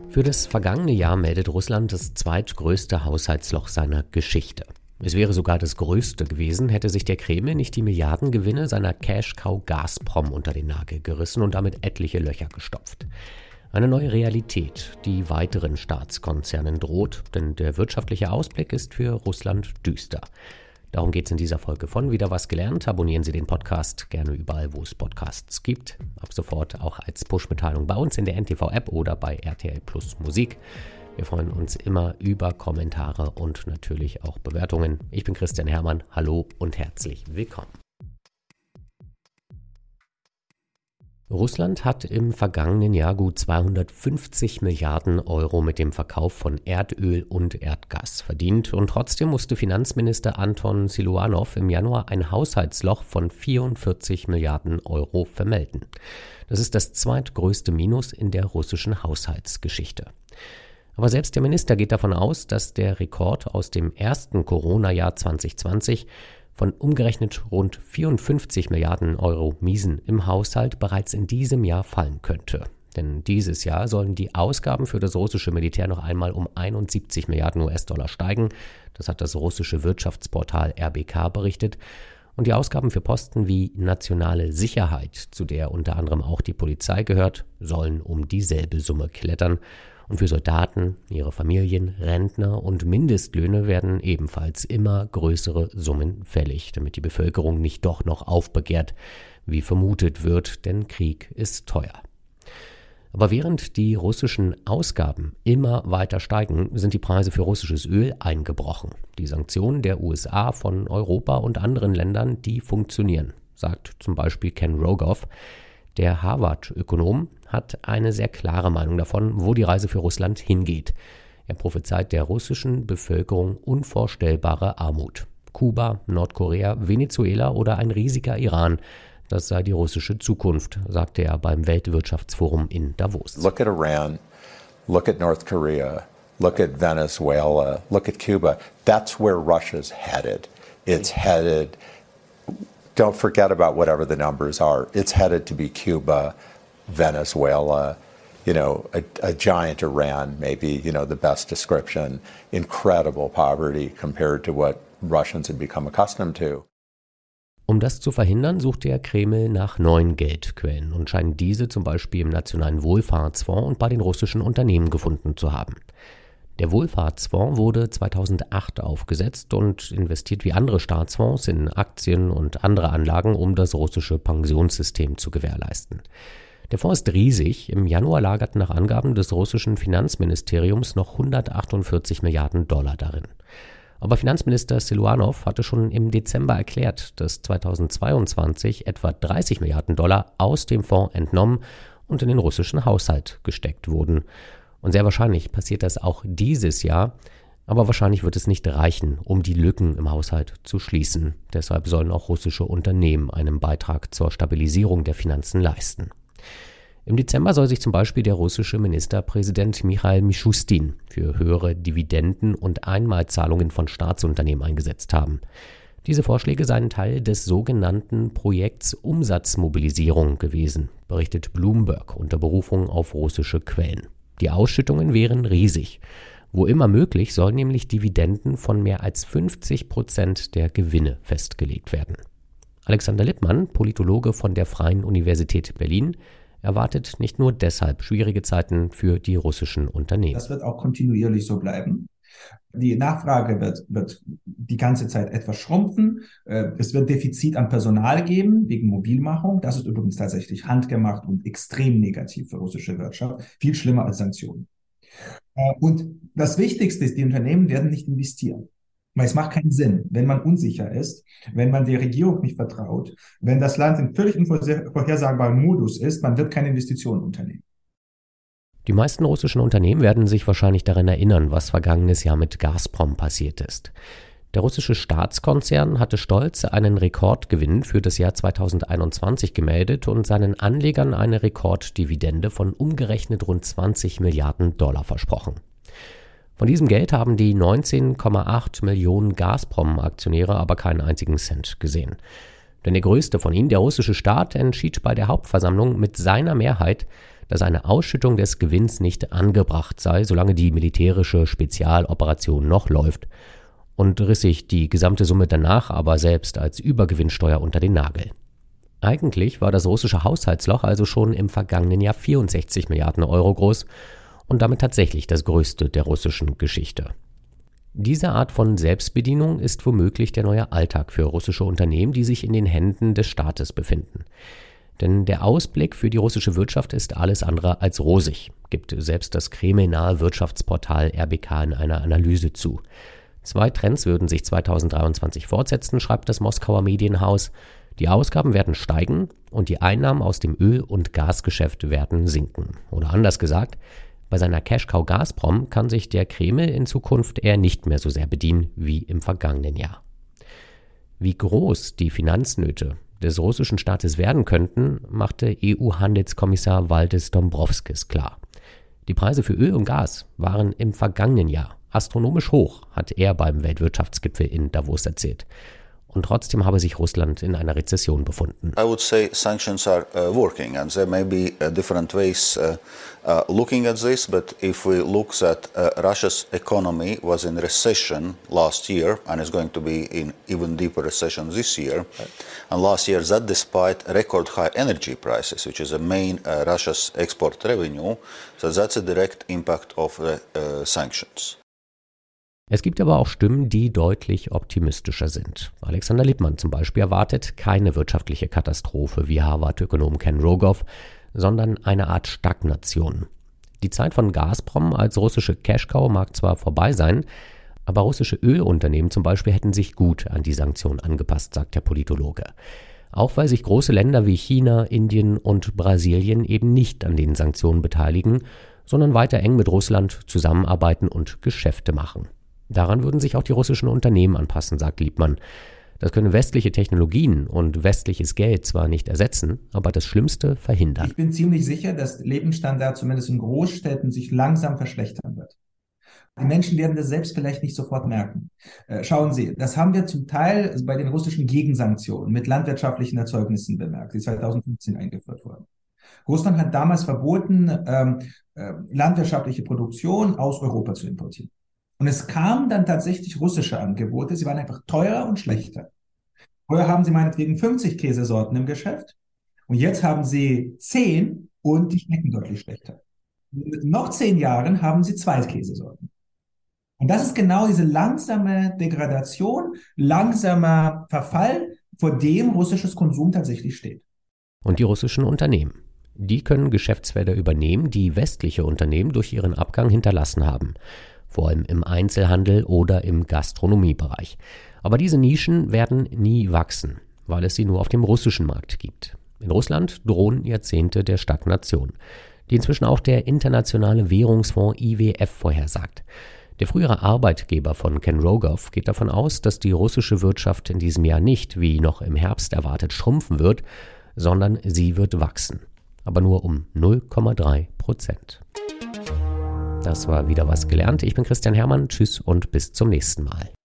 Für das vergangene Jahr meldet Russland das zweitgrößte Haushaltsloch seiner Geschichte. Es wäre sogar das größte gewesen, hätte sich der Kreml nicht die Milliardengewinne seiner Cash-Cow Gazprom unter den Nagel gerissen und damit etliche Löcher gestopft. Eine neue Realität, die weiteren Staatskonzernen droht, denn der wirtschaftliche Ausblick ist für Russland düster. Darum geht es in dieser Folge von Wieder was gelernt. Abonnieren Sie den Podcast gerne überall, wo es Podcasts gibt. Ab sofort auch als Push-Mitteilung bei uns in der NTV-App oder bei RTL Plus Musik. Wir freuen uns immer über Kommentare und natürlich auch Bewertungen. Ich bin Christian Herrmann. Hallo und herzlich willkommen. Russland hat im vergangenen Jahr gut 250 Milliarden Euro mit dem Verkauf von Erdöl und Erdgas verdient und trotzdem musste Finanzminister Anton Siluanow im Januar ein Haushaltsloch von 44 Milliarden Euro vermelden. Das ist das zweitgrößte Minus in der russischen Haushaltsgeschichte. Aber selbst der Minister geht davon aus, dass der Rekord aus dem ersten Corona-Jahr 2020 von umgerechnet rund 54 Milliarden Euro Miesen im Haushalt bereits in diesem Jahr fallen könnte. Denn dieses Jahr sollen die Ausgaben für das russische Militär noch einmal um 71 Milliarden US-Dollar steigen. Das hat das russische Wirtschaftsportal RBK berichtet. Und die Ausgaben für Posten wie nationale Sicherheit, zu der unter anderem auch die Polizei gehört, sollen um dieselbe Summe klettern. Und für Soldaten, ihre Familien, Rentner und Mindestlöhne werden ebenfalls immer größere Summen fällig, damit die Bevölkerung nicht doch noch aufbegehrt, wie vermutet wird, denn Krieg ist teuer. Aber während die russischen Ausgaben immer weiter steigen, sind die Preise für russisches Öl eingebrochen. Die Sanktionen der USA, von Europa und anderen Ländern, die funktionieren, sagt zum Beispiel Ken Rogoff. Der Harvard-Ökonom hat eine sehr klare Meinung davon, wo die Reise für Russland hingeht. Er prophezeit der russischen Bevölkerung unvorstellbare Armut. Kuba, Nordkorea, Venezuela oder ein riesiger Iran, das sei die russische Zukunft, sagte er beim Weltwirtschaftsforum in Davos. Look at Iran, look at North Korea, look at Venezuela, look at Cuba. That's where Russia's headed. It's headed. Don't forget about whatever the numbers are. It's headed to be Cuba, Venezuela, a giant Iran, maybe, the best description. Incredible poverty compared to what Russians had become accustomed to. Um das zu verhindern, sucht der Kreml nach neuen Geldquellen und scheint diese zum Beispiel im Nationalen Wohlfahrtsfonds und bei den russischen Unternehmen gefunden zu haben. Der Wohlfahrtsfonds wurde 2008 aufgesetzt und investiert wie andere Staatsfonds in Aktien und andere Anlagen, um das russische Pensionssystem zu gewährleisten. Der Fonds ist riesig. Im Januar lagerten nach Angaben des russischen Finanzministeriums noch 148 Milliarden Dollar darin. Aber Finanzminister Siluanow hatte schon im Dezember erklärt, dass 2022 etwa 30 Milliarden Dollar aus dem Fonds entnommen und in den russischen Haushalt gesteckt wurden. Und sehr wahrscheinlich passiert das auch dieses Jahr, aber wahrscheinlich wird es nicht reichen, um die Lücken im Haushalt zu schließen. Deshalb sollen auch russische Unternehmen einen Beitrag zur Stabilisierung der Finanzen leisten. Im Dezember soll sich zum Beispiel der russische Ministerpräsident Michail Mishustin für höhere Dividenden und Einmalzahlungen von Staatsunternehmen eingesetzt haben. Diese Vorschläge seien Teil des sogenannten Projekts Umsatzmobilisierung gewesen, berichtet Bloomberg unter Berufung auf russische Quellen. Die Ausschüttungen wären riesig. Wo immer möglich, sollen nämlich Dividenden von mehr als 50% der Gewinne festgelegt werden. Alexander Lippmann, Politologe von der Freien Universität Berlin, erwartet nicht nur deshalb schwierige Zeiten für die russischen Unternehmen. Das wird auch kontinuierlich so bleiben. Die Nachfrage wird die ganze Zeit etwas schrumpfen. Es wird Defizit an Personal geben wegen Mobilmachung. Das ist übrigens tatsächlich handgemacht und extrem negativ für russische Wirtschaft. Viel schlimmer als Sanktionen. Und das Wichtigste ist, die Unternehmen werden nicht investieren. Weil es macht keinen Sinn, wenn man unsicher ist, wenn man der Regierung nicht vertraut, wenn das Land in völlig unvorhersagbaren Modus ist, man wird keine Investitionen unternehmen. Die meisten russischen Unternehmen werden sich wahrscheinlich daran erinnern, was vergangenes Jahr mit Gazprom passiert ist. Der russische Staatskonzern hatte stolz einen Rekordgewinn für das Jahr 2021 gemeldet und seinen Anlegern eine Rekorddividende von umgerechnet rund 20 Milliarden Dollar versprochen. Von diesem Geld haben die 19,8 Millionen Gazprom-Aktionäre aber keinen einzigen Cent gesehen. Denn der größte von ihnen, der russische Staat, entschied bei der Hauptversammlung mit seiner Mehrheit, dass eine Ausschüttung des Gewinns nicht angebracht sei, solange die militärische Spezialoperation noch läuft, und riss sich die gesamte Summe danach aber selbst als Übergewinnsteuer unter den Nagel. Eigentlich war das russische Haushaltsloch also schon im vergangenen Jahr 64 Milliarden Euro groß und damit tatsächlich das größte der russischen Geschichte. Diese Art von Selbstbedienung ist womöglich der neue Alltag für russische Unternehmen, die sich in den Händen des Staates befinden. Denn der Ausblick für die russische Wirtschaft ist alles andere als rosig, gibt selbst das Kreml-nahe Wirtschaftsportal RBK in einer Analyse zu. 2 Trends würden sich 2023 fortsetzen, schreibt das Moskauer Medienhaus. Die Ausgaben werden steigen und die Einnahmen aus dem Öl- und Gasgeschäft werden sinken. Oder anders gesagt, bei seiner Cash-Cow Gazprom kann sich der Kreml in Zukunft eher nicht mehr so sehr bedienen wie im vergangenen Jahr. Wie groß die Finanznöte des russischen Staates werden könnten, machte EU-Handelskommissar Valdis Dombrovskis klar. Die Preise für Öl und Gas waren im vergangenen Jahr astronomisch hoch, hat er beim Weltwirtschaftsgipfel in Davos erzählt. Und trotzdem habe sich Russland in einer Rezession befunden. I would say sanctions are working, and there may be different ways looking at this, but if we look at Russia's economy was in recession last year and is going to be in even deeper recession this year, and last year that despite record high energy prices, which is a main Russia's export revenue, so that's a direct impact of the sanctions. Es gibt aber auch Stimmen, die deutlich optimistischer sind. Alexander Lippmann zum Beispiel erwartet keine wirtschaftliche Katastrophe wie Harvard-Ökonom Ken Rogoff, sondern eine Art Stagnation. Die Zeit von Gazprom als russische Cash-Cow mag zwar vorbei sein, aber russische Ölunternehmen zum Beispiel hätten sich gut an die Sanktionen angepasst, sagt der Politologe. Auch weil sich große Länder wie China, Indien und Brasilien eben nicht an den Sanktionen beteiligen, sondern weiter eng mit Russland zusammenarbeiten und Geschäfte machen. Daran würden sich auch die russischen Unternehmen anpassen, sagt Liebmann. Das können westliche Technologien und westliches Geld zwar nicht ersetzen, aber das Schlimmste verhindern. Ich bin ziemlich sicher, dass der Lebensstandard zumindest in Großstädten sich langsam verschlechtern wird. Die Menschen werden das selbst vielleicht nicht sofort merken. Schauen Sie, das haben wir zum Teil bei den russischen Gegensanktionen mit landwirtschaftlichen Erzeugnissen bemerkt, die 2015 eingeführt wurden. Russland hat damals verboten, landwirtschaftliche Produktion aus Europa zu importieren. Und es kamen dann tatsächlich russische Angebote, sie waren einfach teurer und schlechter. Vorher haben sie meinetwegen 50 Käsesorten im Geschäft und jetzt haben sie 10 und die schmecken deutlich schlechter. Mit noch 10 Jahren haben sie 2 Käsesorten. Und das ist genau diese langsame Degradation, langsamer Verfall, vor dem russisches Konsum tatsächlich steht. Und die russischen Unternehmen, die können Geschäftsfelder übernehmen, die westliche Unternehmen durch ihren Abgang hinterlassen haben. Vor allem im Einzelhandel oder im Gastronomiebereich. Aber diese Nischen werden nie wachsen, weil es sie nur auf dem russischen Markt gibt. In Russland drohen Jahrzehnte der Stagnation, die inzwischen auch der internationale Währungsfonds IWF vorhersagt. Der frühere Arbeitgeber von Ken Rogoff geht davon aus, dass die russische Wirtschaft in diesem Jahr nicht, wie noch im Herbst erwartet, schrumpfen wird, sondern sie wird wachsen. Aber nur um 0,3%. Das war wieder was gelernt. Ich bin Christian Hermann. Tschüss und bis zum nächsten Mal.